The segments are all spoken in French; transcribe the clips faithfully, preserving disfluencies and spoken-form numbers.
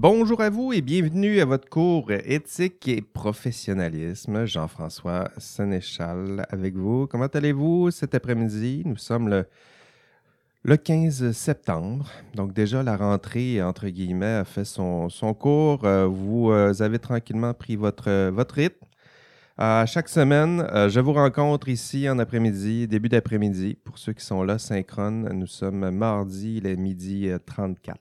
Bonjour à vous et bienvenue à votre cours éthique et professionnalisme. Jean-François Sénéchal avec vous. Comment allez-vous cet après-midi? Nous sommes le, le quinze septembre. Donc déjà, la rentrée, entre guillemets, a fait son, son cours. Euh, vous euh, avez tranquillement pris votre, votre rythme. À chaque semaine, euh, je vous rencontre ici en après-midi, début d'après-midi. Pour ceux qui sont là synchrones, nous sommes mardi, il est midi trente-quatre.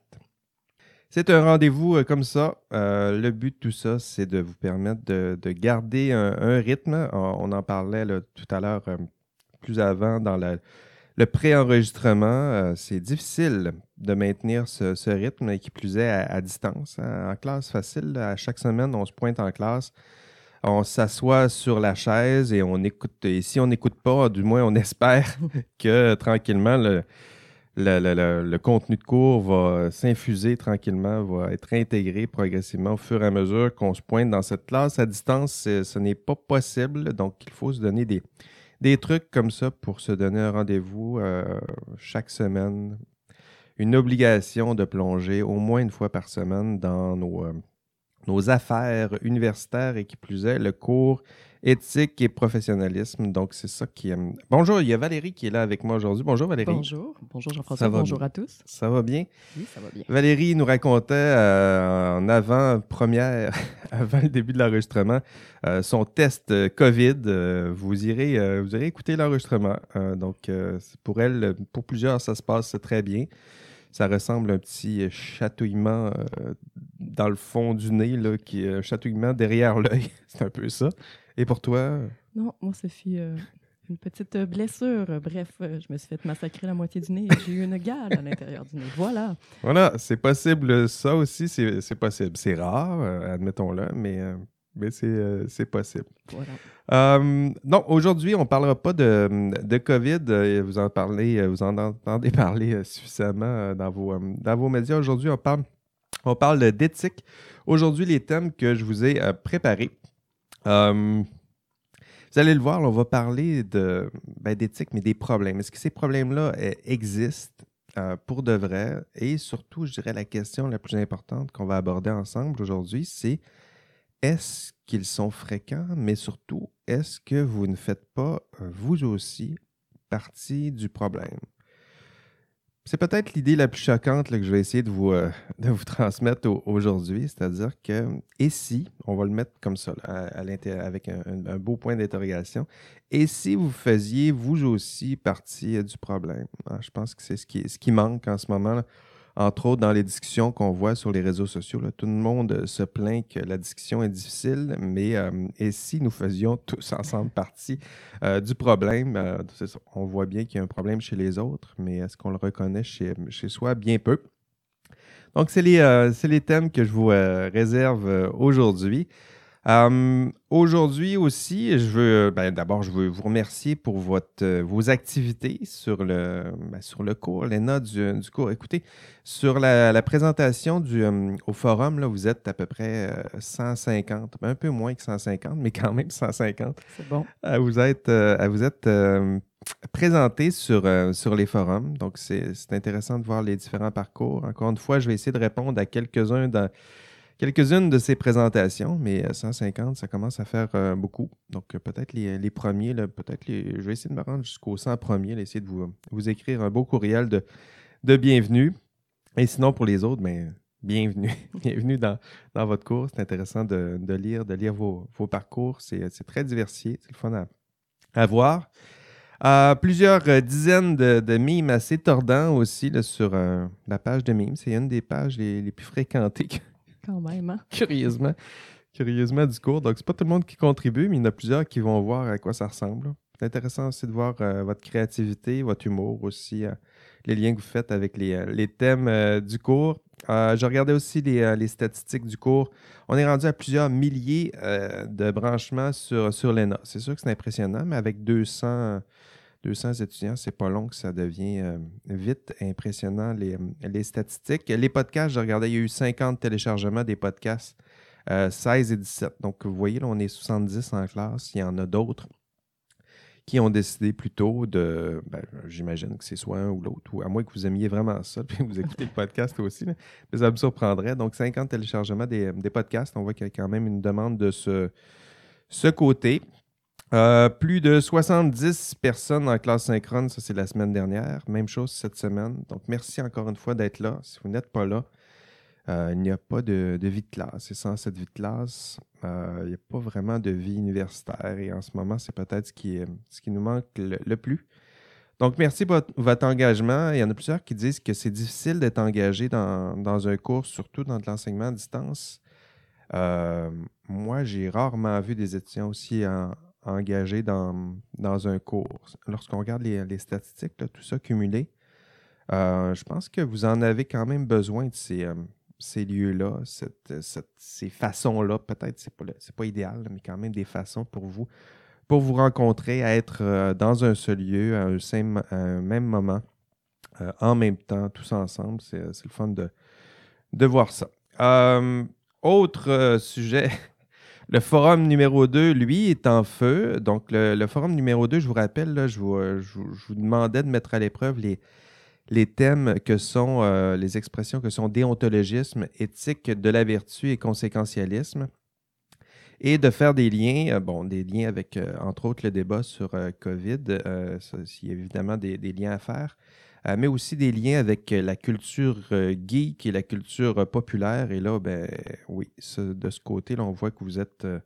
C'est un rendez-vous euh, comme ça. Euh, le but de tout ça, c'est de vous permettre de, de garder un, un rythme. On, on en parlait là, tout à l'heure, euh, plus avant, dans la, le pré-enregistrement. Euh, c'est difficile de maintenir ce, ce rythme, et qui plus est à, à distance. Hein. En classe facile, à chaque semaine, on se pointe en classe. On s'assoit sur la chaise et on écoute. Et si on n'écoute pas, du moins, on espère que tranquillement, le Le, le, le, le contenu de cours va s'infuser tranquillement, va être intégré progressivement au fur et à mesure qu'on se pointe dans cette classe. À distance, ce n'est pas possible, donc il faut se donner des, des trucs comme ça pour se donner un rendez-vous euh, chaque semaine. Une obligation de plonger au moins une fois par semaine dans nos, euh, nos affaires universitaires et qui plus est, le cours éthique et professionnalisme. Donc, c'est ça qui est... Bonjour, il y a Valérie qui est là avec moi aujourd'hui. Bonjour Valérie. Bonjour, bonjour Jean-François, bonjour bien. à tous. Ça va bien? Oui, ça va bien. Valérie nous racontait euh, en avant-première, avant le début de l'enregistrement, euh, son test euh, COVID. Euh, vous, irez, euh, vous irez écouter l'enregistrement. Euh, donc, euh, pour elle, pour plusieurs, ça se passe très bien. Ça ressemble à un petit chatouillement euh, dans le fond du nez, là, qui est un chatouillement derrière l'œil. C'est un peu ça. Et pour toi? Non, moi, ça fait euh, une petite blessure. Bref, euh, je me suis fait massacrer la moitié du nez et j'ai eu une gale à l'intérieur du nez. Voilà. Voilà, c'est possible. Ça aussi, c'est, c'est possible. C'est rare, euh, admettons-le, mais, euh, mais c'est, euh, c'est possible. Voilà. Euh, non, aujourd'hui, on ne parlera pas de, de COVID. Vous en parlez, vous en entendez parler suffisamment dans vos, dans vos médias. Aujourd'hui, on parle, on parle d'éthique. Aujourd'hui, les thèmes que je vous ai euh, préparés. Euh, vous allez le voir, là, on va parler de, ben, d'éthique, mais des problèmes. Est-ce que ces problèmes-là euh, existent euh, pour de vrai? Et surtout, je dirais la question la plus importante qu'on va aborder ensemble aujourd'hui, c'est est-ce qu'ils sont fréquents, mais surtout, est-ce que vous ne faites pas, euh, vous aussi, partie du problème? C'est peut-être l'idée la plus choquante là, que je vais essayer de vous, euh, de vous transmettre au, aujourd'hui, c'est-à-dire que, et si, on va le mettre comme ça, là, à, à avec un, un beau point d'interrogation, et si vous faisiez, vous aussi, partie euh, du problème? Hein, je pense que c'est ce qui, ce qui manque en ce moment, là. Entre autres, dans les discussions qu'on voit sur les réseaux sociaux, là, tout le monde se plaint que la discussion est difficile, mais euh, et si nous faisions tous ensemble partie euh, du problème? Euh, c'est ça. On voit bien qu'il y a un problème chez les autres, mais est-ce qu'on le reconnaît chez, chez soi? Bien peu. Donc, c'est les, euh, c'est les thèmes que je vous euh, réserve euh, aujourd'hui. Euh, aujourd'hui aussi, je veux, ben, d'abord, je veux vous remercier pour votre, euh, vos activités sur le, ben, sur le cours, les notes du, du cours. Écoutez, sur la, la présentation du, euh, au forum, là, vous êtes à peu près euh, cent cinquante, un peu moins que cent cinquante, mais quand même cent cinquante. C'est bon. À vous être, euh, à vous être euh, présentés sur, euh, sur les forums. Donc, c'est, c'est intéressant de voir les différents parcours. Encore une fois, je vais essayer de répondre à quelques-uns dans quelques-unes de ces présentations, mais cent cinquante, ça commence à faire euh, beaucoup. Donc, euh, peut-être les, les premiers, là, peut-être les, je vais essayer de me rendre jusqu'aux cent premiers, là, essayer de vous, vous écrire un beau courriel de, de bienvenue. Et sinon, pour les autres, ben, bienvenue. Bienvenue dans, dans votre cours. C'est intéressant de, de lire, de lire vos, vos parcours. C'est, c'est très diversifié. C'est le fun à, à voir. Euh, plusieurs euh, dizaines de, de mimes assez tordants aussi là, sur euh, la page de mimes. C'est une des pages les, les plus fréquentées. Quand même, hein? Curieusement, curieusement du cours. Donc, c'est pas tout le monde qui contribue, mais il y en a plusieurs qui vont voir à quoi ça ressemble. C'est intéressant aussi de voir euh, votre créativité, votre humour aussi, euh, les liens que vous faites avec les, euh, les thèmes euh, du cours. Euh, je regardais aussi les, euh, les statistiques du cours. On est rendu à plusieurs milliers euh, de branchements sur, sur l'E N A. C'est sûr que c'est impressionnant, mais avec deux cents, deux cents étudiants, c'est pas long que ça devient euh, vite impressionnant, les, les statistiques. Les podcasts, je regardais, il y a eu cinquante téléchargements des podcasts, euh, seize et dix-sept. Donc, vous voyez, là, on est soixante-dix en classe. Il y en a d'autres qui ont décidé plutôt de, ben, j'imagine que c'est soit un ou l'autre, ou à moins que vous aimiez vraiment ça, puis vous écoutez le podcast aussi, mais, mais ça me surprendrait. Donc, cinquante téléchargements des, des podcasts, on voit qu'il y a quand même une demande de ce, ce côté. Euh, plus de soixante-dix personnes en classe synchrone, ça c'est la semaine dernière. Même chose cette semaine. Donc, merci encore une fois d'être là. Si vous n'êtes pas là, euh, il n'y a pas de, de vie de classe. Et sans cette vie de classe, euh, il n'y a pas vraiment de vie universitaire. Et en ce moment, c'est peut-être ce qui, est, ce qui nous manque le, le plus. Donc, merci pour votre, votre engagement. Il y en a plusieurs qui disent que c'est difficile d'être engagé dans, dans un cours, surtout dans de l'enseignement à distance. Euh, moi, j'ai rarement vu des étudiants aussi en, engagés dans, dans un cours. Lorsqu'on regarde les, les statistiques, là, tout ça cumulé, euh, je pense que vous en avez quand même besoin de ces, euh, ces lieux-là, cette, cette, ces façons-là. Peut-être c'est pas, c'est pas idéal, mais quand même des façons pour vous, pour vous rencontrer, à être euh, dans un seul lieu, à un, same, à un même moment, euh, en même temps, tous ensemble. C'est, c'est le fun de, de voir ça. Euh, autre euh, sujet, le forum numéro deux, lui, est en feu. Donc, le, le forum numéro deux, je vous rappelle, là, je, vous, euh, je, vous, je vous demandais de mettre à l'épreuve les, les thèmes que sont, euh, les expressions que sont déontologisme, éthique de la vertu et conséquentialisme, et de faire des liens, euh, bon, des liens avec, euh, entre autres, le débat sur euh, COVID. Euh, ça, il y a évidemment des, des liens à faire. Euh, mais aussi des liens avec euh, la culture euh, geek et la culture euh, populaire. Et là, ben oui, ce, de ce côté-là, on voit que vous êtes, euh,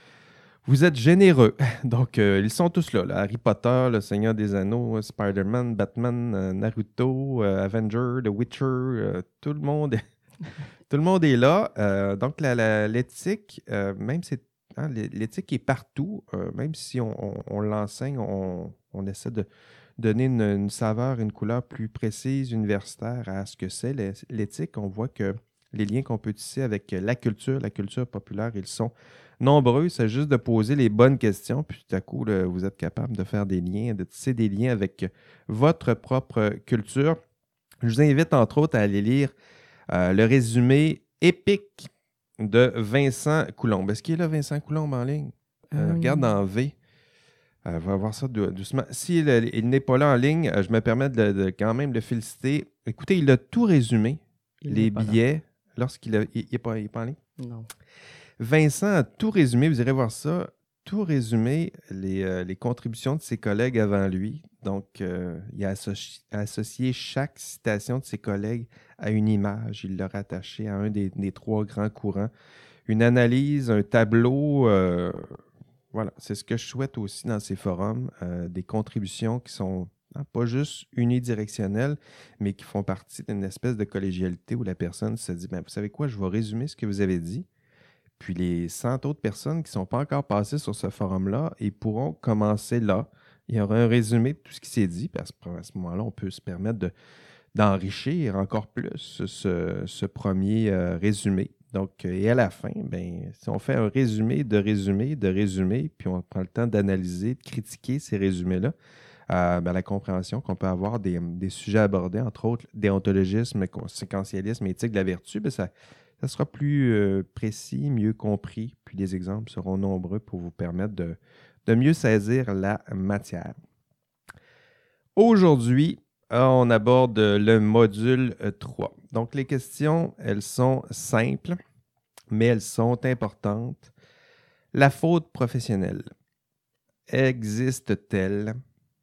vous êtes généreux. Donc, euh, ils sont tous là, là. Harry Potter, Le Seigneur des Anneaux, Spider-Man, Batman, euh, Naruto, euh, Avenger, The Witcher, euh, tout le monde est, tout le monde est là. Euh, donc, la, la, l'éthique, euh, même c'est, hein, l'éthique est partout. Euh, même si on, on, on l'enseigne, on, on essaie de donner une, une saveur, une couleur plus précise, universitaire à ce que c'est l'éthique. On voit que les liens qu'on peut tisser avec la culture, la culture populaire, ils sont nombreux. C'est juste de poser les bonnes questions, puis tout à coup, là, vous êtes capable de faire des liens, de tisser des liens avec votre propre culture. Je vous invite, entre autres, à aller lire euh, le résumé épique de Vincent Coulombe. Est-ce qu'il est là, Vincent Coulombe, en ligne? Euh, euh... Regarde dans V. Euh, on va voir ça doucement. S'il si il n'est pas là en ligne, euh, je me permets de, de quand même le féliciter. Écoutez, il a tout résumé, il les billets, lorsqu'il n'est il, il pas, pas en ligne. Non. Vincent a tout résumé, vous irez voir ça, tout résumé, les, euh, les contributions de ses collègues avant lui. Donc, euh, il a associé, associé chaque citation de ses collègues à une image. Il l'a rattaché à un des, des trois grands courants. Une analyse, un tableau... Euh, Voilà, c'est ce que je souhaite aussi dans ces forums, euh, des contributions qui sont hein, pas juste unidirectionnelles, mais qui font partie d'une espèce de collégialité où la personne se dit, ben, vous savez quoi, je vais résumer ce que vous avez dit, puis les cent autres personnes qui ne sont pas encore passées sur ce forum-là, ils pourront commencer là. Il y aura un résumé de tout ce qui s'est dit, parce qu'à ce moment-là, on peut se permettre de, d'enrichir encore plus ce, ce premier euh, résumé. Donc, et à la fin, ben, si on fait un résumé de résumé de résumé, puis on prend le temps d'analyser, de critiquer ces résumés-là, euh, ben, la compréhension qu'on peut avoir des, des sujets abordés, entre autres déontologisme, conséquentialisme et éthique de la vertu, ben, ça, ça sera plus euh, précis, mieux compris, puis les exemples seront nombreux pour vous permettre de, de mieux saisir la matière. Aujourd'hui, on aborde le module trois. Donc, les questions, elles sont simples, mais elles sont importantes. La faute professionnelle existe-t-elle?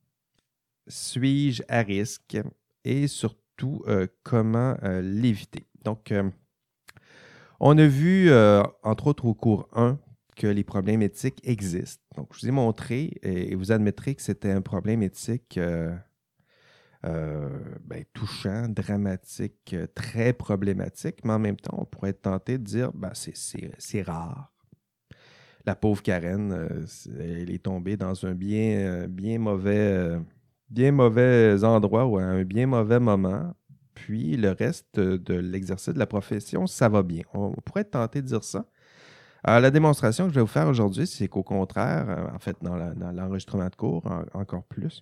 Suis-je à risque? Et surtout, euh, comment euh, l'éviter? Donc, euh, on a vu, euh, entre autres au cours un, que les problèmes éthiques existent. Donc, je vous ai montré, et vous admettrez que c'était un problème éthique... Euh, Euh, ben, touchant, dramatique, euh, très problématique, mais en même temps, on pourrait être tenté de dire ben, c'est, c'est, c'est rare. La pauvre Karen, euh, elle est tombée dans un bien, euh, bien, mauvais, euh, bien mauvais endroit ou à un bien mauvais moment. Puis le reste de l'exercice de la profession, ça va bien. On, on pourrait être tenté de dire ça. Alors, la démonstration que je vais vous faire aujourd'hui, c'est qu'au contraire, euh, en fait, dans, la, dans l'enregistrement de cours, en, encore plus,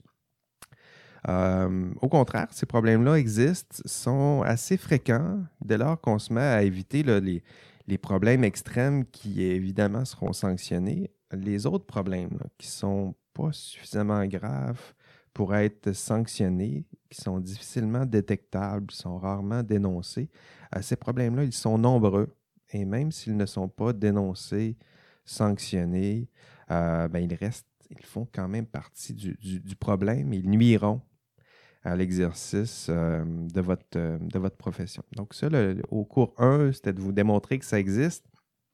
Euh, au contraire, ces problèmes-là existent, sont assez fréquents dès lors qu'on se met à éviter là, les, les problèmes extrêmes qui, évidemment, seront sanctionnés. Les autres problèmes là, qui sont pas suffisamment graves pour être sanctionnés, qui sont difficilement détectables, qui sont rarement dénoncés. Euh, ces problèmes-là, ils sont nombreux. Et même s'ils ne sont pas dénoncés, sanctionnés, euh, ben, ils restent, ils font quand même partie du, du, du problème. Ils nuiront à l'exercice euh, de, votre, euh, de votre profession. Donc ça, le, au cours un, c'était de vous démontrer que ça existe.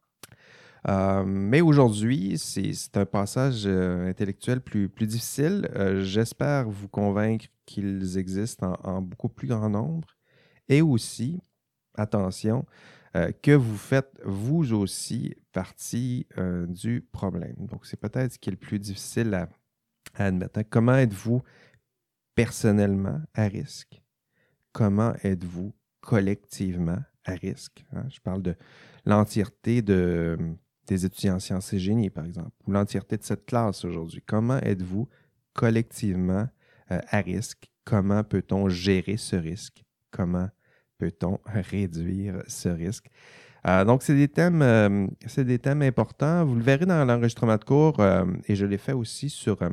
Euh, mais aujourd'hui, c'est, c'est un passage euh, intellectuel plus, plus difficile. Euh, j'espère vous convaincre qu'ils existent en, en beaucoup plus grand nombre. Et aussi, attention, euh, que vous faites vous aussi partie euh, du problème. Donc, c'est peut-être ce qui est le plus difficile à, à admettre. Hein. Comment êtes-vous personnellement à risque? Comment êtes-vous collectivement à risque? Hein? Je parle de l'entièreté de, des étudiants en sciences et génie, par exemple, ou l'entièreté de cette classe aujourd'hui. Comment êtes-vous collectivement euh, à risque? Comment peut-on gérer ce risque? Comment peut-on réduire ce risque? Euh, donc, c'est des thèmes, euh, c'est des thèmes importants. Vous le verrez dans l'enregistrement de cours, euh, et je l'ai fait aussi sur, euh,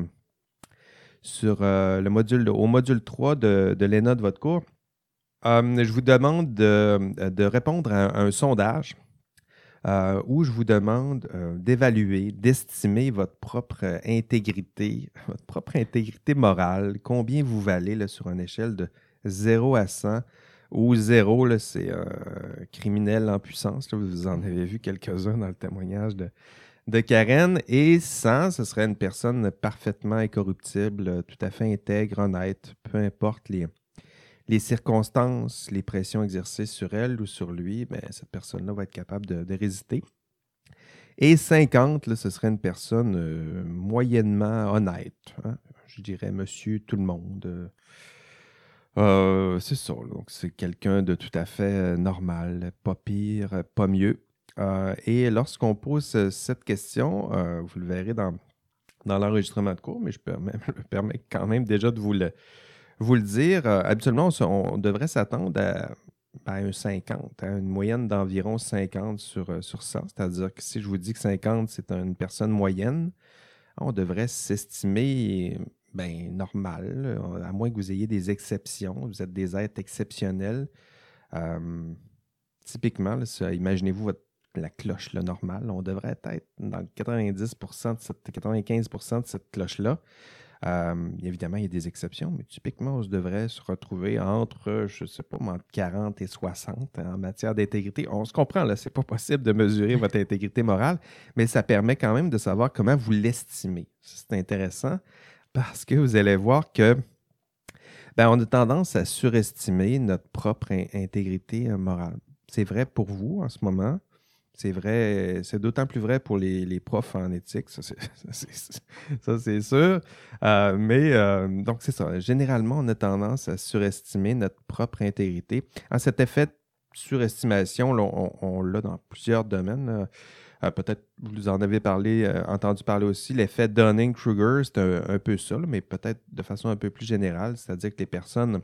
sur euh, le module, au module trois de, de l'E N A de votre cours. Euh, je vous demande de, de répondre à un, à un sondage euh, où je vous demande euh, d'évaluer, d'estimer votre propre intégrité, votre propre intégrité morale, combien vous valez là, sur une échelle de zéro à cent, où zéro, là, c'est un euh, criminel en puissance. Là, vous en avez vu quelques-uns dans le témoignage de, de Karen. Et cent, ce serait une personne parfaitement incorruptible, tout à fait intègre, honnête, peu importe les... les circonstances, les pressions exercées sur elle ou sur lui, bien, cette personne-là va être capable de, de résister. Et cinquante, là, ce serait une personne euh, moyennement honnête. Hein? Je dirais monsieur tout le monde. Euh, euh, c'est ça. Là. Donc, c'est quelqu'un de tout à fait normal, pas pire, pas mieux. Euh, et lorsqu'on pose cette question, euh, vous le verrez dans, dans l'enregistrement de cours, mais je permets, je me permets quand même déjà de vous le, vous le dire. Euh, habituellement, on, on devrait s'attendre à, à un cinquante, hein, une moyenne d'environ cinquante sur, euh, sur cent. C'est-à-dire que si je vous dis que cinquante, c'est une personne moyenne, on devrait s'estimer ben, normal, à moins que vous ayez des exceptions. Vous êtes des êtres exceptionnels. Euh, typiquement, là, ça, imaginez-vous votre, la cloche là, normale. On devrait être dans le quatre-vingt-dix pour cent de cette, quatre-vingt-quinze pour cent de cette cloche-là. Euh, évidemment, il y a des exceptions, mais typiquement, on se devrait se retrouver entre, je ne sais pas, entre quarante et soixante hein, en matière d'intégrité. On se comprend, là, c'est pas possible de mesurer votre intégrité morale, mais ça permet quand même de savoir comment vous l'estimez. C'est intéressant parce que vous allez voir que ben, on a tendance à surestimer notre propre in- intégrité euh, morale. C'est vrai pour vous en ce moment. C'est vrai, c'est d'autant plus vrai pour les, les profs en éthique, ça c'est, ça, c'est, ça, c'est sûr. Euh, mais euh, donc c'est ça. Généralement, on a tendance à surestimer notre propre intégrité. En cet effet de surestimation, là, on, on l'a dans plusieurs domaines. Là. Euh, peut-être vous en avez parlé, euh, entendu parler aussi. L'effet Dunning-Kruger, c'est un, un peu ça, là, mais peut-être de façon un peu plus générale, c'est-à-dire que les personnes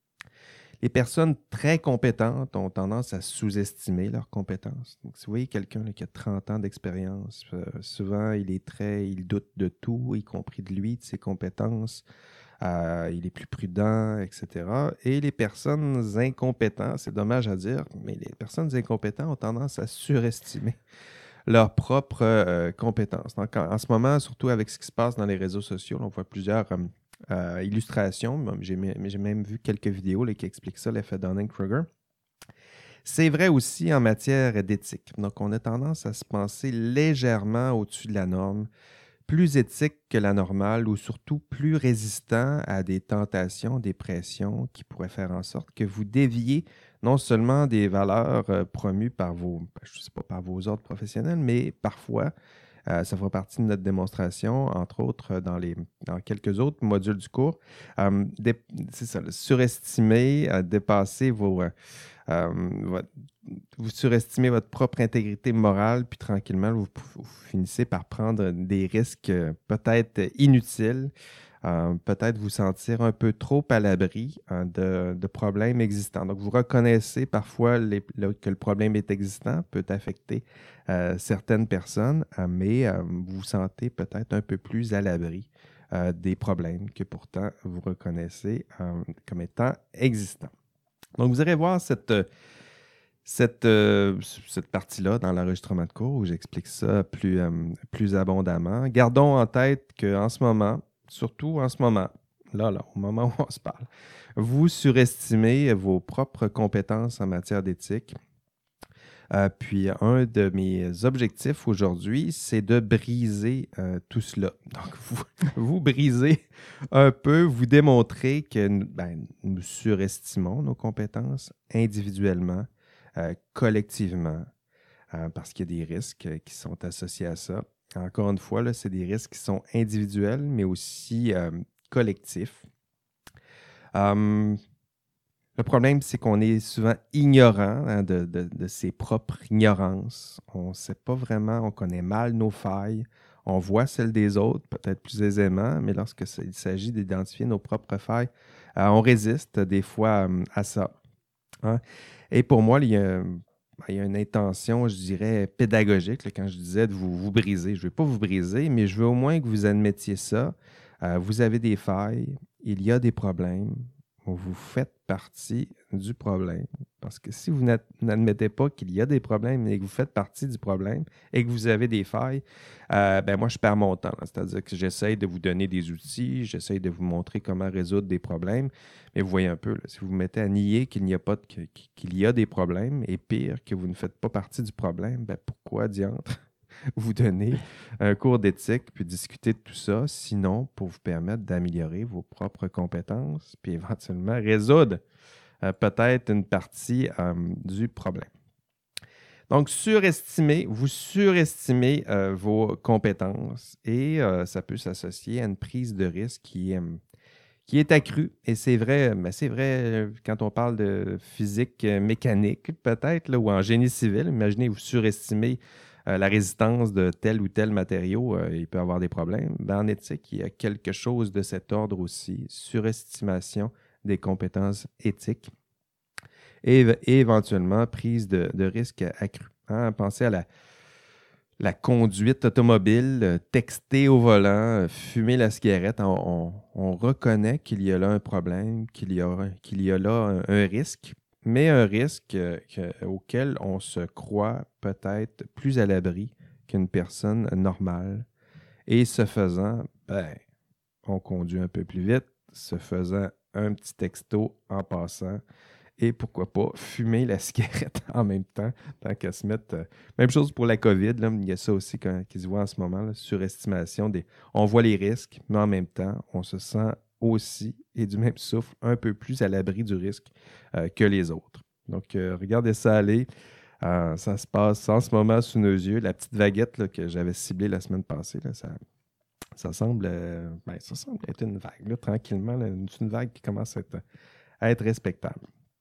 les personnes très compétentes ont tendance à sous-estimer leurs compétences. Donc, si vous voyez quelqu'un là, qui a trente ans d'expérience, euh, souvent, il est très, il doute de tout, y compris de lui, de ses compétences. Euh, il est plus prudent, et cetera. Et les personnes incompétentes, c'est dommage à dire, mais les personnes incompétentes ont tendance à surestimer leurs propres euh, compétences. Donc, en, en ce moment, surtout avec ce qui se passe dans les réseaux sociaux, on voit plusieurs... Euh, Euh, illustration, j'ai, j'ai même vu quelques vidéos là, qui expliquent ça, l'effet Dunning-Kruger. C'est vrai aussi en matière d'éthique. Donc, on a tendance à se penser légèrement au-dessus de la norme, plus éthique que la normale ou surtout plus résistant à des tentations, des pressions qui pourraient faire en sorte que vous déviez non seulement des valeurs euh, promues par vos, je sais pas, par vos ordres professionnels, mais parfois Euh, ça fera partie de notre démonstration, entre autres dans, les, dans quelques autres modules du cours. Euh, dé, c'est ça, surestimer, euh, dépasser vos... Euh, euh, votre, vous surestimez votre propre intégrité morale, puis tranquillement, vous, vous finissez par prendre des risques euh, peut-être inutiles, euh, peut-être vous sentir un peu trop à l'abri euh, de, de problèmes existants. Donc, vous reconnaissez parfois les, le, que le problème est existant, peut affecter euh, certaines personnes, euh, mais euh, vous vous sentez peut-être un peu plus à l'abri euh, des problèmes que pourtant vous reconnaissez euh, comme étant existants. Donc, vous irez voir cette, cette, euh, cette partie-là dans l'enregistrement de cours où j'explique ça plus, euh, plus abondamment. Gardons en tête qu'en ce moment, surtout en ce moment, là, là, au moment où on se parle, vous surestimez vos propres compétences en matière d'éthique. Euh, puis, un de mes objectifs aujourd'hui, c'est de briser euh, tout cela. Donc, vous, vous brisez un peu, vous démontrez que ben, nous surestimons nos compétences individuellement, euh, collectivement, euh, parce qu'il y a des risques euh, qui sont associés à ça. Encore une fois, là, c'est des risques qui sont individuels, mais aussi euh, collectifs. Um, Le problème, c'est qu'on est souvent ignorant hein, de, de, de ses propres ignorances. On ne sait pas vraiment, on connaît mal nos failles. On voit celles des autres, peut-être plus aisément, mais lorsqu'il s'agit d'identifier nos propres failles, euh, on résiste des fois euh, à ça. Hein? Et pour moi, il y, a, il y a une intention, je dirais, pédagogique, là, quand je disais de vous, vous briser. Je ne veux pas vous briser, mais je veux au moins que vous admettiez ça. Euh, vous avez des failles, il y a des problèmes. Vous faites partie du problème. Parce que si vous n'admettez pas qu'il y a des problèmes et que vous faites partie du problème et que vous avez des failles, euh, ben moi, je perds mon temps. C'est-à-dire que j'essaie de vous donner des outils, j'essaie de vous montrer comment résoudre des problèmes. Mais vous voyez un peu, là, si vous vous mettez à nier qu'il n'y a pas de, qu'il y a des problèmes et pire, que vous ne faites pas partie du problème, ben pourquoi diantre vous donner un cours d'éthique puis discuter de tout ça, sinon pour vous permettre d'améliorer vos propres compétences puis éventuellement résoudre euh, peut-être une partie euh, du problème. Donc, surestimez, vous surestimez euh, vos compétences et euh, ça peut s'associer à une prise de risque qui est, qui est accrue. Et c'est vrai, mais c'est vrai quand on parle de physique mécanique peut-être, là, ou en génie civil. Imaginez, vous surestimez Euh, la résistance de tel ou tel matériau, euh, il peut avoir des problèmes. Ben, en éthique, il y a quelque chose de cet ordre aussi, surestimation des compétences éthiques et, et éventuellement prise de, de risque accru. Hein? Pensez à la, la conduite automobile, euh, texter au volant, euh, fumer la cigarette. On, on, on reconnaît qu'il y a là un problème, qu'il y a, qu'il y a là un, un risque. Mais un risque euh, que, auquel on se croit peut-être plus à l'abri qu'une personne normale. Et ce faisant, ben, on conduit un peu plus vite, se faisant un petit texto en passant. Et pourquoi pas fumer la cigarette en même temps, tant qu'à se mettre... Euh, même chose pour la COVID, là, il y a ça aussi quand, qui se voit en ce moment, là, surestimation. Des, on voit les risques, mais en même temps, on se sent aussi, et du même souffle, un peu plus à l'abri du risque euh, que les autres. Donc, euh, regardez ça aller. Euh, ça se passe en ce moment sous nos yeux. La petite vaguette là, que j'avais ciblée la semaine passée, là, ça, ça, semble, euh, ben, ça semble être une vague, là, tranquillement. Là, une, une vague qui commence à être, à être respectable.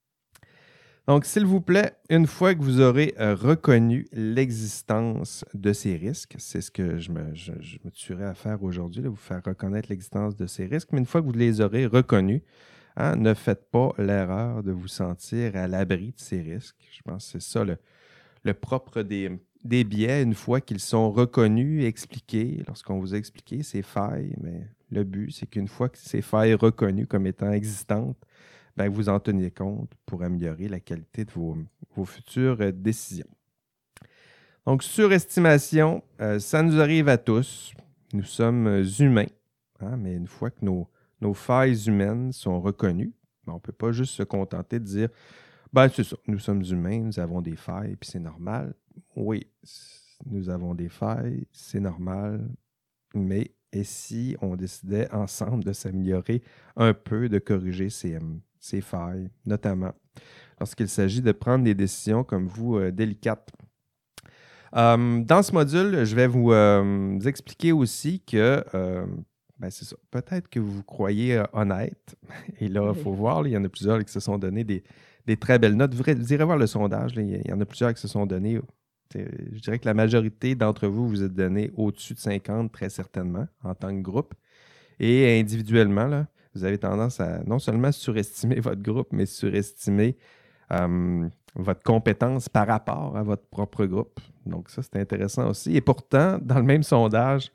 Donc, s'il vous plaît, une fois que vous aurez euh, reconnu l'existence de ces risques, c'est ce que je me, je, je me tuerais à faire aujourd'hui, là, vous faire reconnaître l'existence de ces risques, mais une fois que vous les aurez reconnus, hein, ne faites pas l'erreur de vous sentir à l'abri de ces risques. Je pense que c'est ça le, le propre des, des biais, une fois qu'ils sont reconnus, expliqués, lorsqu'on vous a expliqué ces failles, mais le but, c'est qu'une fois que ces failles reconnues comme étant existantes, ben, vous en teniez compte pour améliorer la qualité de vos, vos futures euh, décisions. Donc, surestimation, euh, ça nous arrive à tous. Nous sommes euh, humains, hein, mais une fois que nos, nos failles humaines sont reconnues, ben, on ne peut pas juste se contenter de dire ben, c'est ça, nous sommes humains, nous avons des failles, puis c'est normal. Oui, nous avons des failles, c'est normal, mais et si on décidait ensemble de s'améliorer un peu, de corriger ces, ces failles, notamment lorsqu'il s'agit de prendre des décisions comme vous, euh, délicates. Euh, dans ce module, je vais vous, euh, vous expliquer aussi que, euh, ben c'est ça, peut-être que vous vous croyez euh, honnête, et là, il faut voir, là, il y en a plusieurs qui se sont donné des, des très belles notes. Vous, vous irez voir le sondage, là, il y en a plusieurs qui se sont donnés. Je dirais que la majorité d'entre vous vous êtes donné au-dessus de cinquante, très certainement, en tant que groupe. Et individuellement, là, vous avez tendance à non seulement surestimer votre groupe, mais surestimer euh, votre compétence par rapport à votre propre groupe. Donc ça, c'est intéressant aussi. Et pourtant, dans le même sondage,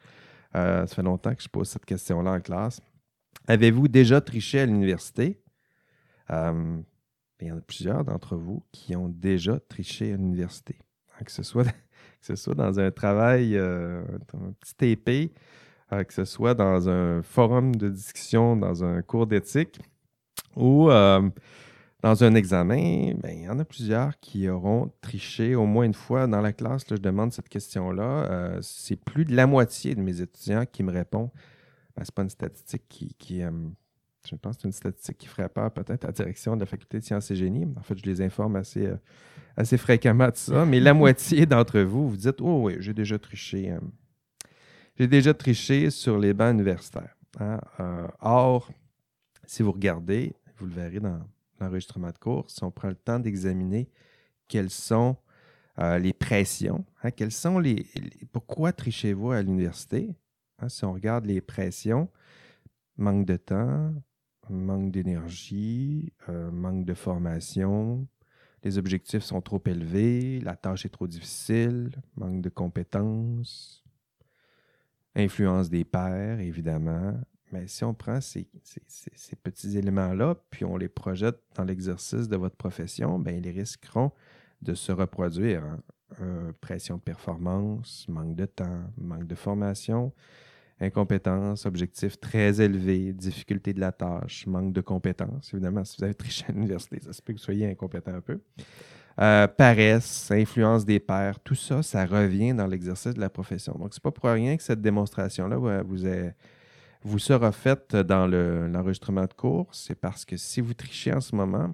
Euh, ça fait longtemps que je pose cette question-là en classe. Avez-vous déjà triché à l'université? Euh, il y en a plusieurs d'entre vous qui ont déjà triché à l'université. Hein, que ce soit, que ce soit dans un travail, euh, un petit T P, euh, que ce soit dans un forum de discussion, dans un cours d'éthique ou euh, dans un examen, ben, il y en a plusieurs qui auront triché au moins une fois dans la classe. Là, je demande cette question-là. Euh, c'est plus de la moitié de mes étudiants qui me répondent. Ben, ce n'est pas une statistique qui... qui euh, je pense que c'est une statistique qui ferait peur peut-être à la direction de la faculté de sciences et génie. En fait, je les informe assez, euh, assez fréquemment de ça. Mais la moitié d'entre vous, vous dites « Oh oui, j'ai déjà triché. Euh, j'ai déjà triché sur les bancs universitaires. Hein? Euh, » Or, si vous regardez, vous le verrez dans l'enregistrement de cours, si on prend le temps d'examiner quelles sont euh, les pressions, hein, quelles sont les, les... Pourquoi trichez-vous à l'université? Hein, si on regarde les pressions, manque de temps, manque d'énergie, euh, manque de formation, les objectifs sont trop élevés, la tâche est trop difficile, manque de compétences, influence des pairs, évidemment. Mais si on prend ces, ces, ces, ces petits éléments-là, puis on les projette dans l'exercice de votre profession, bien, ils risqueront de se reproduire. Hein? Euh, pression de performance, manque de temps, manque de formation, incompétence, objectifs très élevés, difficulté de la tâche, manque de compétences. Évidemment, si vous avez triché à l'université, ça se peut que vous soyez incompétent un peu. Euh, paresse, influence des pairs, tout ça, ça revient dans l'exercice de la profession. Donc, ce n'est pas pour rien que cette démonstration-là vous, est, vous sera faite dans le, l'enregistrement de cours. C'est parce que si vous trichez en ce moment,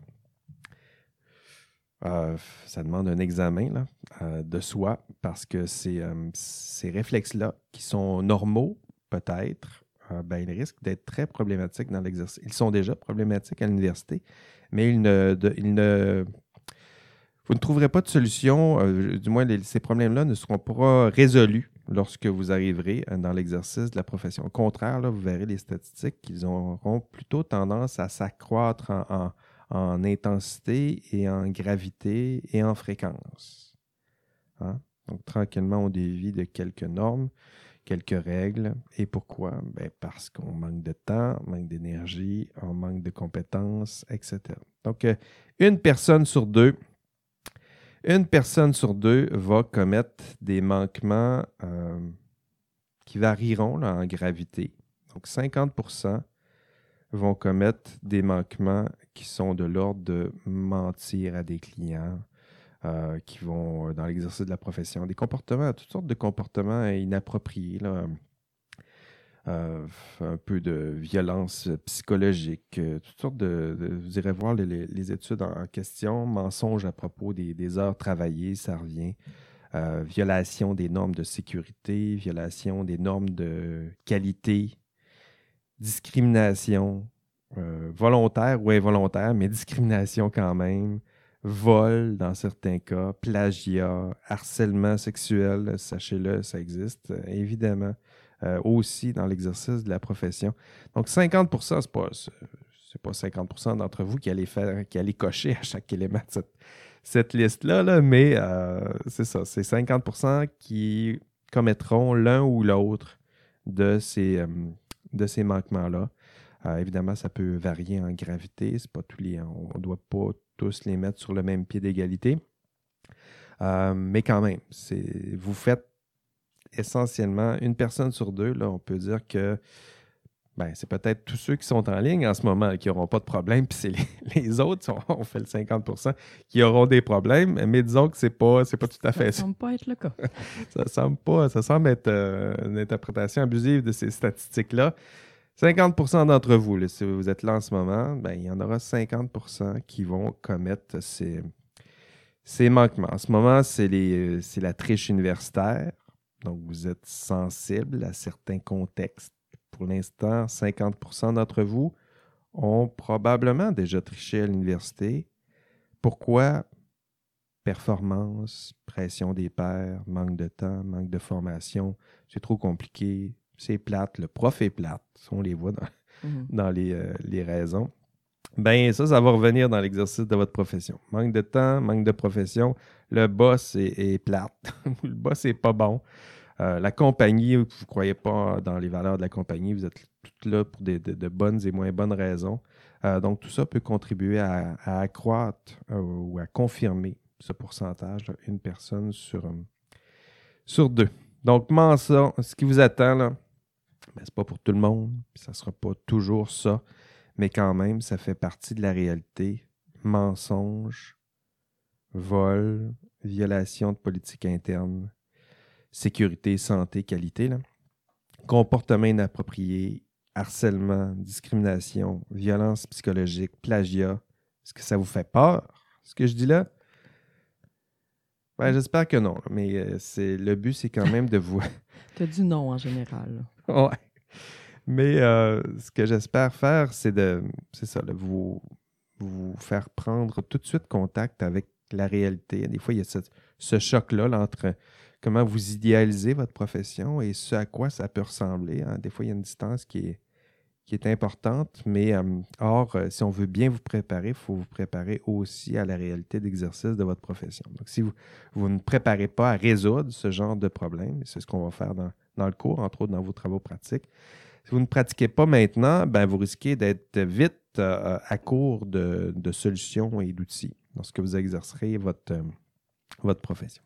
euh, ça demande un examen là, euh, de soi parce que c'est, euh, ces réflexes-là qui sont normaux, peut-être, euh, ben, ils risquent d'être très problématiques dans l'exercice. Ils sont déjà problématiques à l'université, mais ils ne, de, ils ne, vous ne trouverez pas de solution, euh, du moins les, ces problèmes-là ne seront pas résolus lorsque vous arriverez dans l'exercice de la profession. Au contraire, là, vous verrez les statistiques qu'ils auront plutôt tendance à s'accroître en, en, en intensité et en gravité et en fréquence. Hein? Donc, tranquillement, on dévie de quelques normes, quelques règles. Et pourquoi? Bien, parce qu'on manque de temps, on manque d'énergie, on manque de compétences, et cetera. Donc, euh, une personne sur deux, une personne sur deux va commettre des manquements euh, qui varieront là, en gravité. Donc, cinquante pour cent vont commettre des manquements qui sont de l'ordre de mentir à des clients, Euh, qui vont dans l'exercice de la profession, des comportements, toutes sortes de comportements inappropriés, là. Euh, un peu de violence psychologique, euh, toutes sortes de, de... Vous irez voir les, les, les études en, en question, mensonges à propos des, des heures travaillées, ça revient, euh, violation des normes de sécurité, violation des normes de qualité, discrimination, euh, volontaire ou involontaire, mais discrimination quand même, vol dans certains cas, plagiat, harcèlement sexuel, sachez-le, ça existe, euh, évidemment, euh, aussi dans l'exercice de la profession. Donc, cinquante pour cent, ce n'est pas, c'est pas cinquante pour cent d'entre vous qui allez, faire, qui allez cocher à chaque élément de cette, cette liste-là, là, mais euh, c'est ça, c'est cinquante pour cent qui commettront l'un ou l'autre de ces, euh, de ces manquements-là. Euh, évidemment, ça peut varier en gravité. C'est pas tous les, on ne doit pas tous les mettre sur le même pied d'égalité. Euh, mais quand même, c'est, vous faites essentiellement une personne sur deux. Là, on peut dire que ben, c'est peut-être tous ceux qui sont en ligne en ce moment qui n'auront pas de problème, puis c'est les, les autres, on fait le cinquante pour cent, qui auront des problèmes, mais disons que ce n'est pas, c'est pas tout à fait ça. Ça ne semble pas être le cas. ça, semble pas, ça semble être euh, une interprétation abusive de ces statistiques-là. cinquante pour cent d'entre vous, là, si vous êtes là en ce moment, ben, il y en aura cinquante pour cent qui vont commettre ces, ces manquements. En ce moment, c'est, les, c'est la triche universitaire. Donc, vous êtes sensible à certains contextes. Pour l'instant, cinquante pour cent d'entre vous ont probablement déjà triché à l'université. Pourquoi? Performance, pression des pairs, manque de temps, manque de formation, c'est trop compliqué, c'est plate, le prof est plate, on les voit dans, mm-hmm. dans les, euh, les raisons. Bien, ça, ça va revenir dans l'exercice de votre profession. Manque de temps, manque de profession, le boss est, est plate, le boss n'est pas bon. Euh, la compagnie, vous ne croyez pas dans les valeurs de la compagnie, vous êtes toutes là pour des, de, de bonnes et moins bonnes raisons. Euh, donc, tout ça peut contribuer à, à accroître euh, ou à confirmer ce pourcentage, là, une personne sur, euh, sur deux. Donc, mensonge, ce qui vous attend, là, ben, c'est pas pour tout le monde, puis ça ne sera pas toujours ça, mais quand même, ça fait partie de la réalité. Mensonge, vol, violation de politique interne, sécurité, santé, qualité, là. Comportement inapproprié, harcèlement, discrimination, violence psychologique, plagiat. Est-ce que ça vous fait peur, ce que je dis là? Ben, j'espère que non, mais euh, c'est, le but, c'est quand même de vous... Tu as dit non en général. Ouais. Mais euh, ce que j'espère faire, c'est de, c'est ça, de vous, vous faire prendre tout de suite contact avec la réalité. Des fois, il y a ce, ce choc-là là, entre comment vous idéalisez votre profession et ce à quoi ça peut ressembler. Hein. Des fois, il y a une distance qui est, qui est importante, mais euh, or, euh, si on veut bien vous préparer, il faut vous préparer aussi à la réalité d'exercice de votre profession. Donc, si vous, vous ne préparez pas à résoudre ce genre de problème, c'est ce qu'on va faire dans, dans le cours, entre autres dans vos travaux pratiques. Si vous ne pratiquez pas maintenant, ben, vous risquez d'être vite euh, à court de, de solutions et d'outils lorsque vous exercerez votre, euh, votre profession.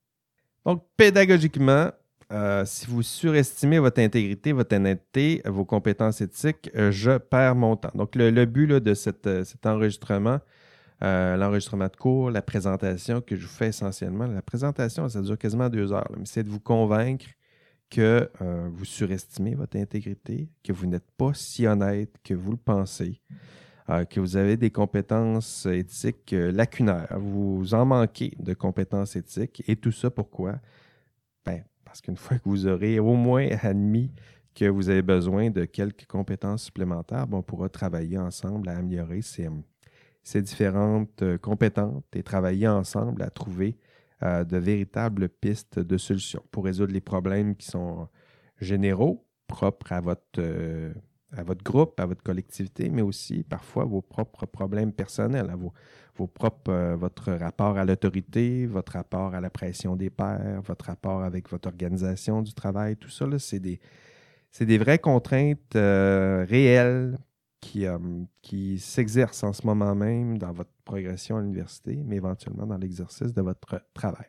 Donc, pédagogiquement, euh, si vous surestimez votre intégrité, votre honnêteté, vos compétences éthiques, euh, je perds mon temps. Donc, le, le but là, de cette, euh, cet enregistrement, euh, l'enregistrement de cours, la présentation que je vous fais essentiellement, la présentation, ça dure quasiment deux heures, là, mais c'est de vous convaincre que euh, vous surestimez votre intégrité, que vous n'êtes pas si honnête que vous le pensez, euh, que vous avez des compétences éthiques euh, lacunaires, vous en manquez de compétences éthiques. Et tout ça, pourquoi? Ben, parce qu'une fois que vous aurez au moins admis que vous avez besoin de quelques compétences supplémentaires, ben, on pourra travailler ensemble à améliorer ces, ces différentes euh, compétences et travailler ensemble à trouver Euh, de véritables pistes de solutions pour résoudre les problèmes qui sont généraux, propres à votre, euh, à votre groupe, à votre collectivité, mais aussi parfois vos propres problèmes personnels, à vos, vos propres, euh, votre rapport à l'autorité, votre rapport à la pression des pairs, votre rapport avec votre organisation du travail, tout ça, là, c'est des, c'est des vraies contraintes euh, réelles qui, euh, qui s'exercent en ce moment même dans votre progression à l'université, mais éventuellement dans l'exercice de votre travail.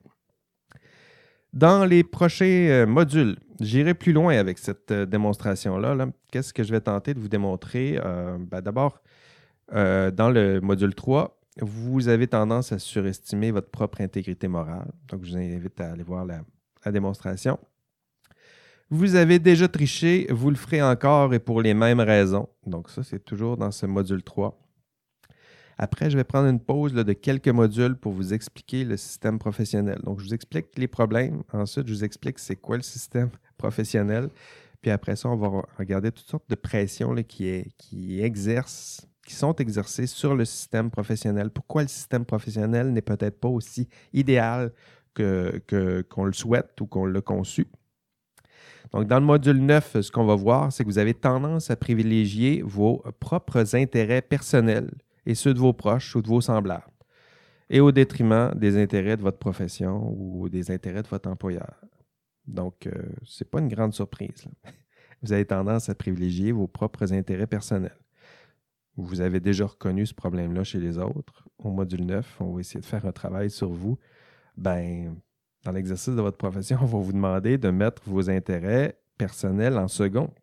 Dans les prochains euh, modules, j'irai plus loin avec cette euh, démonstration-là. Là. Qu'est-ce que je vais tenter de vous démontrer? Euh, ben, d'abord, euh, dans le module trois, vous avez tendance à surestimer votre propre intégrité morale. Donc, je vous invite à aller voir la, la démonstration. Vous avez déjà triché, vous le ferez encore et pour les mêmes raisons. Donc ça, c'est toujours dans ce module trois. Après, je vais prendre une pause là, de quelques modules pour vous expliquer le système professionnel. Donc, je vous explique les problèmes. Ensuite, je vous explique c'est quoi le système professionnel. Puis après ça, on va regarder toutes sortes de pressions là, qui, est, qui exercent, qui sont exercées sur le système professionnel. Pourquoi le système professionnel n'est peut-être pas aussi idéal que, que, qu'on le souhaite ou qu'on l'a conçu. Donc, dans le module neuf, ce qu'on va voir, c'est que vous avez tendance à privilégier vos propres intérêts personnels et ceux de vos proches ou de vos semblables, et au détriment des intérêts de votre profession ou des intérêts de votre employeur. Donc, euh, ce n'est pas une grande surprise, là. Vous avez tendance à privilégier vos propres intérêts personnels. Vous avez déjà reconnu ce problème-là chez les autres. Au module neuf, on va essayer de faire un travail sur vous. Ben, dans l'exercice de votre profession, on va vous demander de mettre vos intérêts personnels en second.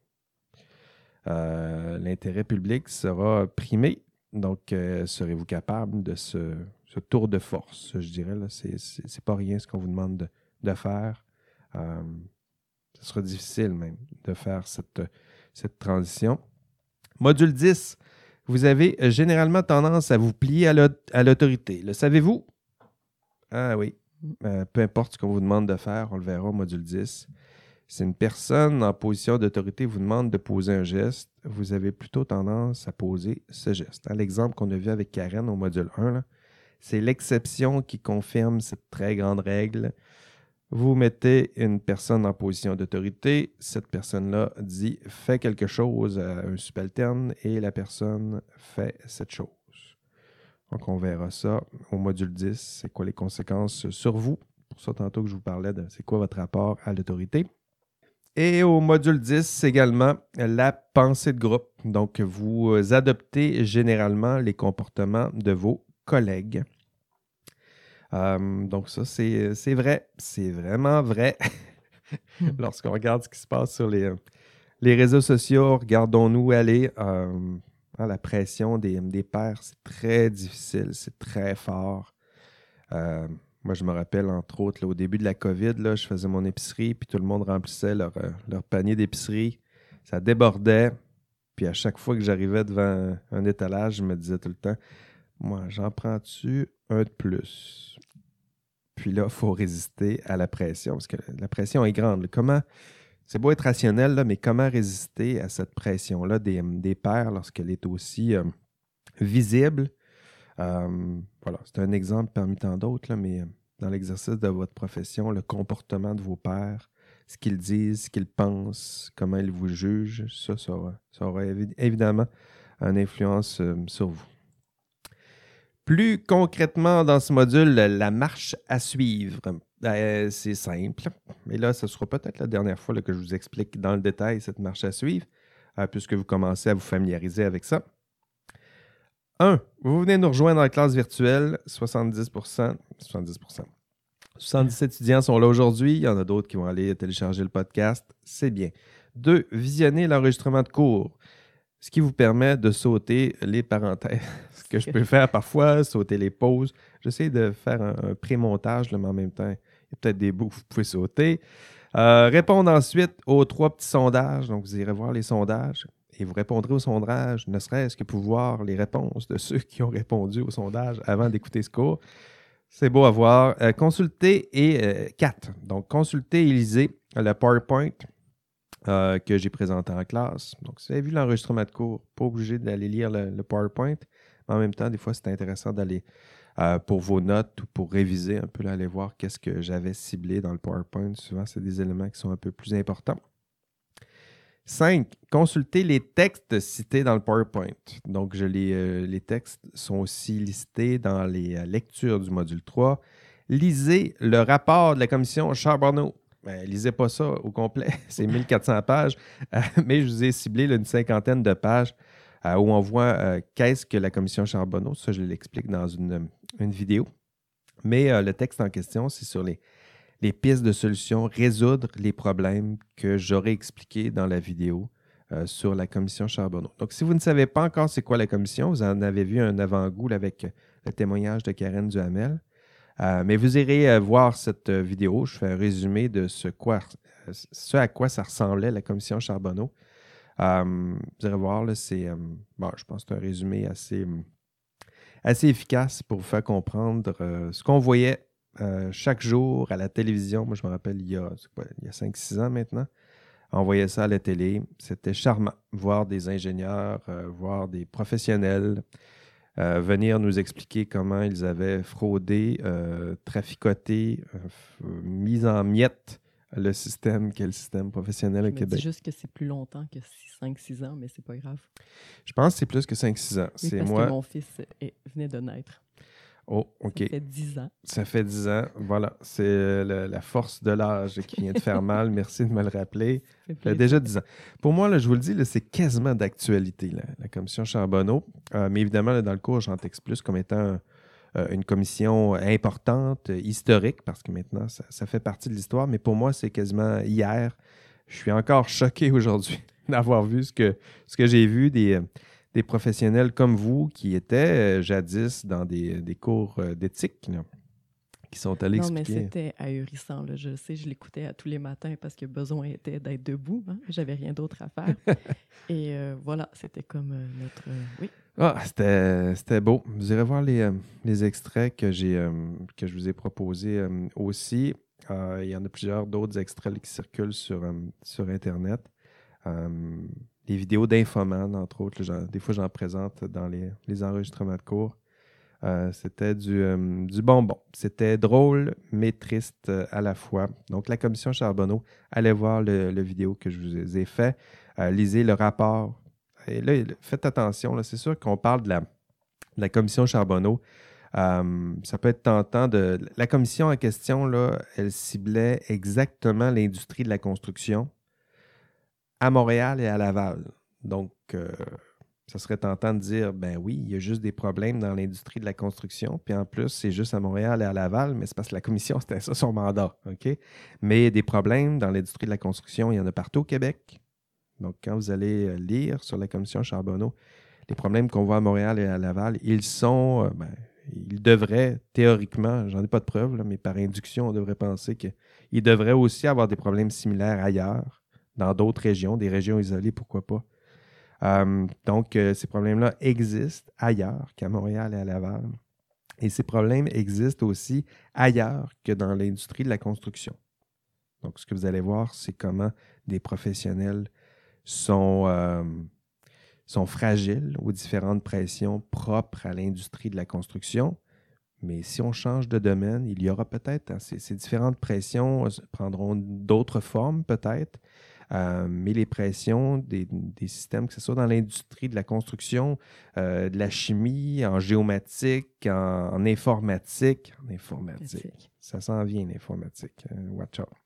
Euh, l'intérêt public sera primé. Donc, euh, serez-vous capable de ce, ce tour de force, je dirais. Là, c'est, c'est, c'est pas rien ce qu'on vous demande de, de faire. Euh, ce sera difficile même de faire cette, cette transition. Module dix. Vous avez généralement tendance à vous plier à, l'au- à l'autorité. Le savez-vous? Ah oui. Euh, peu importe ce qu'on vous demande de faire, on le verra au module dix. Si une personne en position d'autorité vous demande de poser un geste, vous avez plutôt tendance à poser ce geste. Hein, l'exemple qu'on a vu avec Karen au module un, là, c'est l'exception qui confirme cette très grande règle. Vous mettez une personne en position d'autorité, cette personne-là dit « fais quelque chose » à un subalterne et la personne fait cette chose. Donc, on verra ça au module dix, c'est quoi les conséquences sur vous pour ça tantôt que je vous parlais de c'est quoi votre rapport à l'autorité. Et au module dix également, la pensée de groupe. Donc, vous adoptez généralement les comportements de vos collègues. Euh, donc ça, c'est, c'est vrai. C'est vraiment vrai. Lorsqu'on regarde ce qui se passe sur les, les réseaux sociaux, regardons-nous aller. Euh, la pression des, des pairs, c'est très difficile, c'est très fort. Euh, moi, je me rappelle, entre autres, là, au début de la COVID, là, je faisais mon épicerie, puis tout le monde remplissait leur, euh, leur panier d'épicerie. Ça débordait. Puis à chaque fois que j'arrivais devant un, un étalage, je me disais tout le temps, moi, j'en prends-tu un de plus? Puis là, il faut résister à la pression, parce que la pression est grande. Comment, c'est beau être rationnel, là, mais comment résister à cette pression-là des, des pairs lorsqu'elle est aussi euh, visible? Euh, voilà, c'est un exemple parmi tant d'autres, là, mais dans l'exercice de votre profession, le comportement de vos pairs, ce qu'ils disent, ce qu'ils pensent, comment ils vous jugent, ça, ça aura, ça aura évi- évidemment une influence euh, sur vous. Plus concrètement, dans ce module, la marche à suivre, euh, c'est simple. Mais là, ce sera peut-être la dernière fois là, que je vous explique dans le détail cette marche à suivre, euh, puisque vous commencez à vous familiariser avec ça. un. Vous venez nous rejoindre dans la classe virtuelle, soixante-dix pour cent, soixante-dix pour cent. soixante-dix étudiants sont là aujourd'hui. Il y en a d'autres qui vont aller télécharger le podcast. C'est bien. deux. Visionner l'enregistrement de cours, ce qui vous permet de sauter les parenthèses. Ce que je peux faire parfois, sauter les pauses. J'essaie de faire un, un pré-montage, là, mais en même temps, il y a peut-être des bouts que vous pouvez sauter. Euh, répondre ensuite aux trois petits sondages. Donc, vous irez voir les sondages. Et vous répondrez au sondage, ne serait-ce que pour voir les réponses de ceux qui ont répondu au sondage avant d'écouter ce cours. C'est beau à voir. Euh, consultez et euh, quatre. Donc, consultez et lisez le PowerPoint euh, que j'ai présenté en classe. Donc, si vous avez vu l'enregistrement de cours, pas obligé d'aller lire le, le PowerPoint, mais en même temps, des fois, c'est intéressant d'aller euh, pour vos notes ou pour réviser un peu, là, aller voir qu'est-ce que j'avais ciblé dans le PowerPoint. Souvent, c'est des éléments qui sont un peu plus importants. cinq. Consultez les textes cités dans le PowerPoint. Donc, je les, euh, les textes sont aussi listés dans les euh, lectures du module trois. Lisez le rapport de la commission Charbonneau. Ben, lisez pas ça au complet, c'est mille quatre cents pages, euh, mais je vous ai ciblé là, une cinquantaine de pages euh, où on voit euh, qu'est-ce que la commission Charbonneau. Ça, je l'explique dans une, une vidéo. Mais euh, le texte en question, c'est sur les les pistes de solutions, résoudre les problèmes que j'aurais expliqués dans la vidéo euh, sur la commission Charbonneau. Donc, si vous ne savez pas encore c'est quoi la commission, vous en avez vu un avant-goût là, avec le témoignage de Karen Duhamel, euh, mais vous irez euh, voir cette euh, vidéo. Je fais un résumé de ce, quoi, euh, ce à quoi ça ressemblait la commission Charbonneau. Euh, vous irez voir, là, c'est, euh, bon, je pense que c'est un résumé assez, assez efficace pour vous faire comprendre euh, ce qu'on voyait Euh, chaque jour à la télévision. Moi, je me rappelle, il y a, quoi, il y a cinq six ans maintenant, on voyait ça à la télé. C'était charmant, voir des ingénieurs, euh, voir des professionnels euh, venir nous expliquer comment ils avaient fraudé, euh, traficoté, euh, f- mis en miettes le système qu'est le système professionnel Je au me Québec. dis juste que c'est plus longtemps que cinq six ans, mais c'est pas grave. Je pense que c'est plus que cinq six ans. Oui, c'est parce moi. que mon fils est- venait de naître. Oh, OK. Ça fait dix ans. Ça fait dix ans. Voilà. C'est le- la force de l'âge qui vient de faire mal. Merci de me le rappeler. Ça fait déjà dix ans. Pour moi, là, je vous le dis, là, c'est quasiment d'actualité, là, la commission Charbonneau. Euh, mais évidemment, là, dans le cours, j'en texte plus comme étant euh, une commission importante, historique, parce que maintenant, ça, ça fait partie de l'histoire. Mais pour moi, c'est quasiment hier. Je suis encore choqué aujourd'hui d'avoir vu ce que, ce que j'ai vu des... des professionnels comme vous qui étaient euh, jadis dans des, des cours euh, d'éthique, là, qui sont allés non, expliquer. Non, mais c'était ahurissant. Là. Je sais, je l'écoutais à tous les matins parce que besoin était d'être debout. Hein. J'avais rien d'autre à faire. Et euh, voilà, c'était comme euh, notre... Euh, oui. Ah, c'était, c'était beau. Vous irez voir les, euh, les extraits que, j'ai, euh, que je vous ai proposés euh, aussi. Euh, il y en a plusieurs d'autres extraits là, qui circulent sur, euh, sur Internet. Euh, les vidéos d'Infoman, entre autres. Là, des fois, j'en présente dans les, les enregistrements de cours. Euh, c'était du, euh, du bonbon. C'était drôle, mais triste euh, à la fois. Donc, la commission Charbonneau, allez voir le, le vidéo que je vous ai fait. Euh, lisez le rapport. Et là, faites attention. Là, c'est sûr qu'on parle de la, de la commission Charbonneau Euh, ça peut être tentant de... La commission en question, là, elle ciblait exactement l'industrie de la construction à Montréal et à Laval. Donc, euh, ça serait tentant de dire, ben oui, il y a juste des problèmes dans l'industrie de la construction, puis en plus, c'est juste à Montréal et à Laval, mais c'est parce que la commission, c'était ça son mandat, OK? Mais des problèmes dans l'industrie de la construction, il y en a partout au Québec. Donc, quand vous allez lire sur la commission Charbonneau, les problèmes qu'on voit à Montréal et à Laval, ils sont, euh, ben, ils devraient, théoriquement, j'en ai pas de preuves, là, mais par induction, on devrait penser qu'ils devraient aussi avoir des problèmes similaires ailleurs, dans d'autres régions, des régions isolées, pourquoi pas. Euh, donc, euh, ces problèmes-là existent ailleurs qu'à Montréal et à Laval. Et ces problèmes existent aussi ailleurs que dans l'industrie de la construction. Donc, ce que vous allez voir, c'est comment des professionnels sont, euh, sont fragiles aux différentes pressions propres à l'industrie de la construction. Mais si on change de domaine, il y aura peut-être, hein, ces, ces différentes pressions prendront d'autres formes peut-être, euh, mais les pressions des, des systèmes, que ce soit dans l'industrie de la construction, euh, de la chimie, en géomatique, en, en informatique, en informatique, ça s'en vient l'informatique, euh, watch out.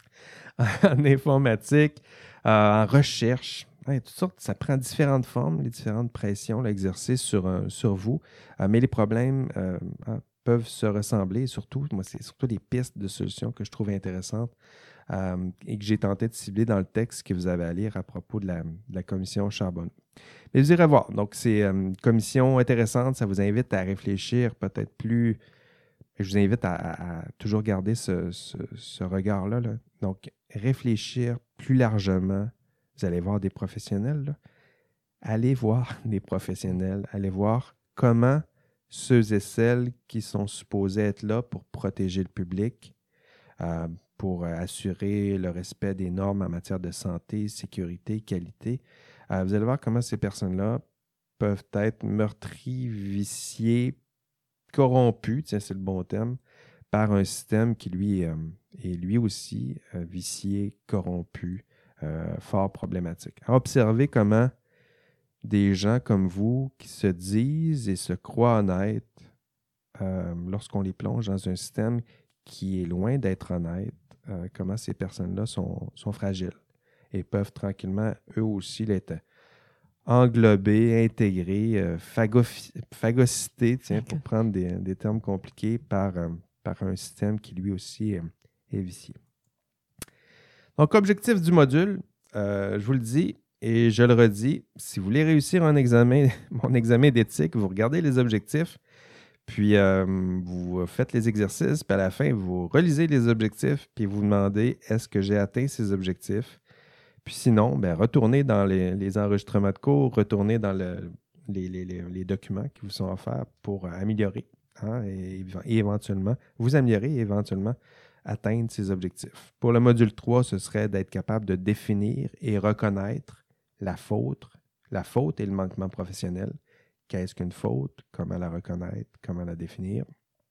En informatique, euh, en recherche, hein, toutes sortes, ça prend différentes formes, les différentes pressions là, exercées sur, euh, sur vous, euh, mais les problèmes euh, hein, peuvent se ressembler. Surtout, moi, c'est surtout les pistes de solutions que je trouve intéressantes euh, et que j'ai tenté de cibler dans le texte que vous avez à lire à propos de la, de la commission Charbonneau. Mais vous irez voir. Donc, c'est euh, une commission intéressante. Ça vous invite à réfléchir peut-être plus. Je vous invite à, à, à toujours garder ce, ce, ce regard-là. Là. Donc, réfléchir plus largement. Vous allez voir des professionnels. Là. Allez voir des professionnels. Allez voir comment ceux et celles qui sont supposés être là pour protéger le public, euh, pour assurer le respect des normes en matière de santé, sécurité, qualité. Euh, vous allez voir comment ces personnes-là peuvent être meurtries, viciées, corrompus, tiens, c'est le bon terme, par un système qui, lui, euh, est lui aussi euh, vicié, corrompu, euh, fort problématique. Observez comment des gens comme vous qui se disent et se croient honnêtes, euh, lorsqu'on les plonge dans un système qui est loin d'être honnête, euh, comment ces personnes-là sont, sont fragiles et peuvent tranquillement, eux aussi, l'être englobés, intégrés, euh, phagofi- phagocytés, tiens, pour prendre des, des termes compliqués, par, euh, par un système qui lui aussi euh, est vicié. Donc, objectif du module, euh, je vous le dis et je le redis, si vous voulez réussir un examen, mon examen d'éthique, vous regardez les objectifs, puis euh, vous faites les exercices, puis à la fin, vous relisez les objectifs, puis vous demandez, est-ce que j'ai atteint ces objectifs? Puis sinon, ben, retournez dans les, les enregistrements de cours, retournez dans le, les, les, les, les documents qui vous sont offerts pour améliorer hein, et, et éventuellement, vous améliorer et éventuellement atteindre ces objectifs. Pour le module trois, ce serait d'être capable de définir et reconnaître la faute, la faute et le manquement professionnel. Qu'est-ce qu'une faute? Comment la reconnaître? Comment la définir?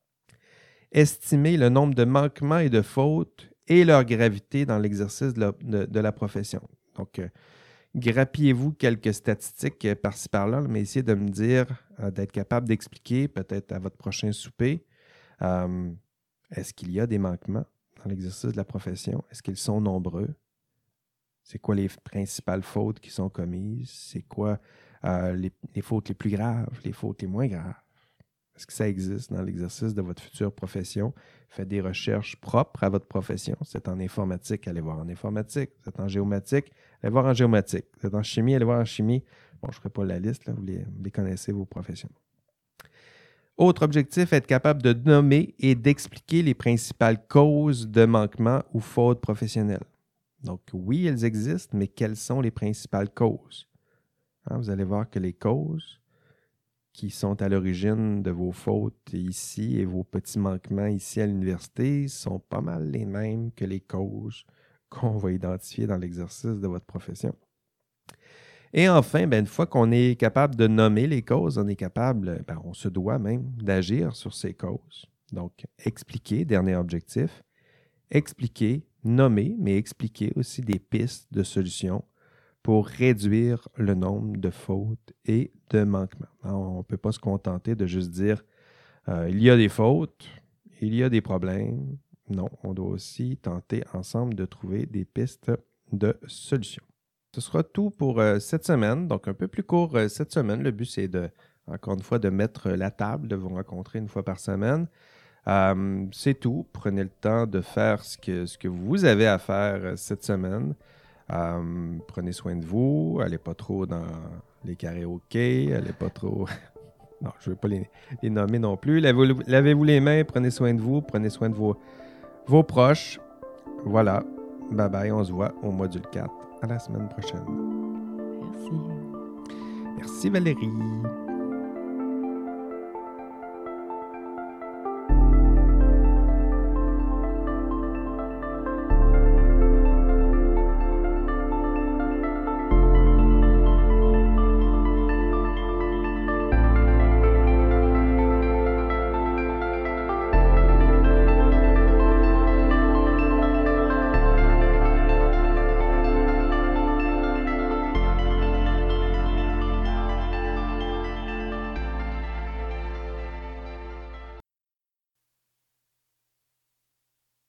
Estimer le nombre de manquements et de fautes et leur gravité dans l'exercice de la, de, de la profession. Donc, euh, grappillez-vous quelques statistiques euh, par-ci par-là, mais essayez de me dire, euh, d'être capable d'expliquer, peut-être à votre prochain souper, euh, est-ce qu'il y a des manquements dans l'exercice de la profession? Est-ce qu'ils sont nombreux? C'est quoi les principales fautes qui sont commises? C'est quoi euh, les, les fautes les plus graves, les fautes les moins graves? Est-ce que ça existe dans l'exercice de votre future profession? Faites des recherches propres à votre profession. Si vous êtes en informatique, allez voir en informatique. Si vous êtes en géomatique, allez voir en géomatique. Si vous êtes en chimie, allez voir en chimie. Bon, je ne ferai pas la liste, là. Vous, les, vous les connaissez, vos professions. Autre objectif, être capable de nommer et d'expliquer les principales causes de manquement ou fautes professionnelles. Donc, oui, elles existent, mais quelles sont les principales causes? Hein, vous allez voir que les causes qui sont à l'origine de vos fautes ici et vos petits manquements ici à l'université sont pas mal les mêmes que les causes qu'on va identifier dans l'exercice de votre profession. Et enfin, ben, une fois qu'on est capable de nommer les causes, on est capable, ben, on se doit même d'agir sur ces causes. Donc, expliquer, dernier objectif, expliquer, nommer, mais expliquer aussi des pistes de solutions pour réduire le nombre de fautes et de manquements. Alors, on ne peut pas se contenter de juste dire Euh, il y a des fautes, il y a des problèmes. Non, on doit aussi tenter ensemble de trouver des pistes de solutions. Ce sera tout pour euh, cette semaine, donc un peu plus court euh, cette semaine. Le but, c'est de, encore une fois, de mettre la table, de vous rencontrer une fois par semaine. Euh, c'est tout. Prenez le temps de faire ce que, ce que vous avez à faire euh, cette semaine. Euh, prenez soin de vous. Allez pas trop dans les karaokés. Allez pas trop... non, je ne vais pas les, les nommer non plus. Lavez-vous, lavez-vous les mains. Prenez soin de vous. Prenez soin de vos, vos proches. Voilà. Bye bye. On se voit au module quatre. À la semaine prochaine. Merci. Merci Valérie.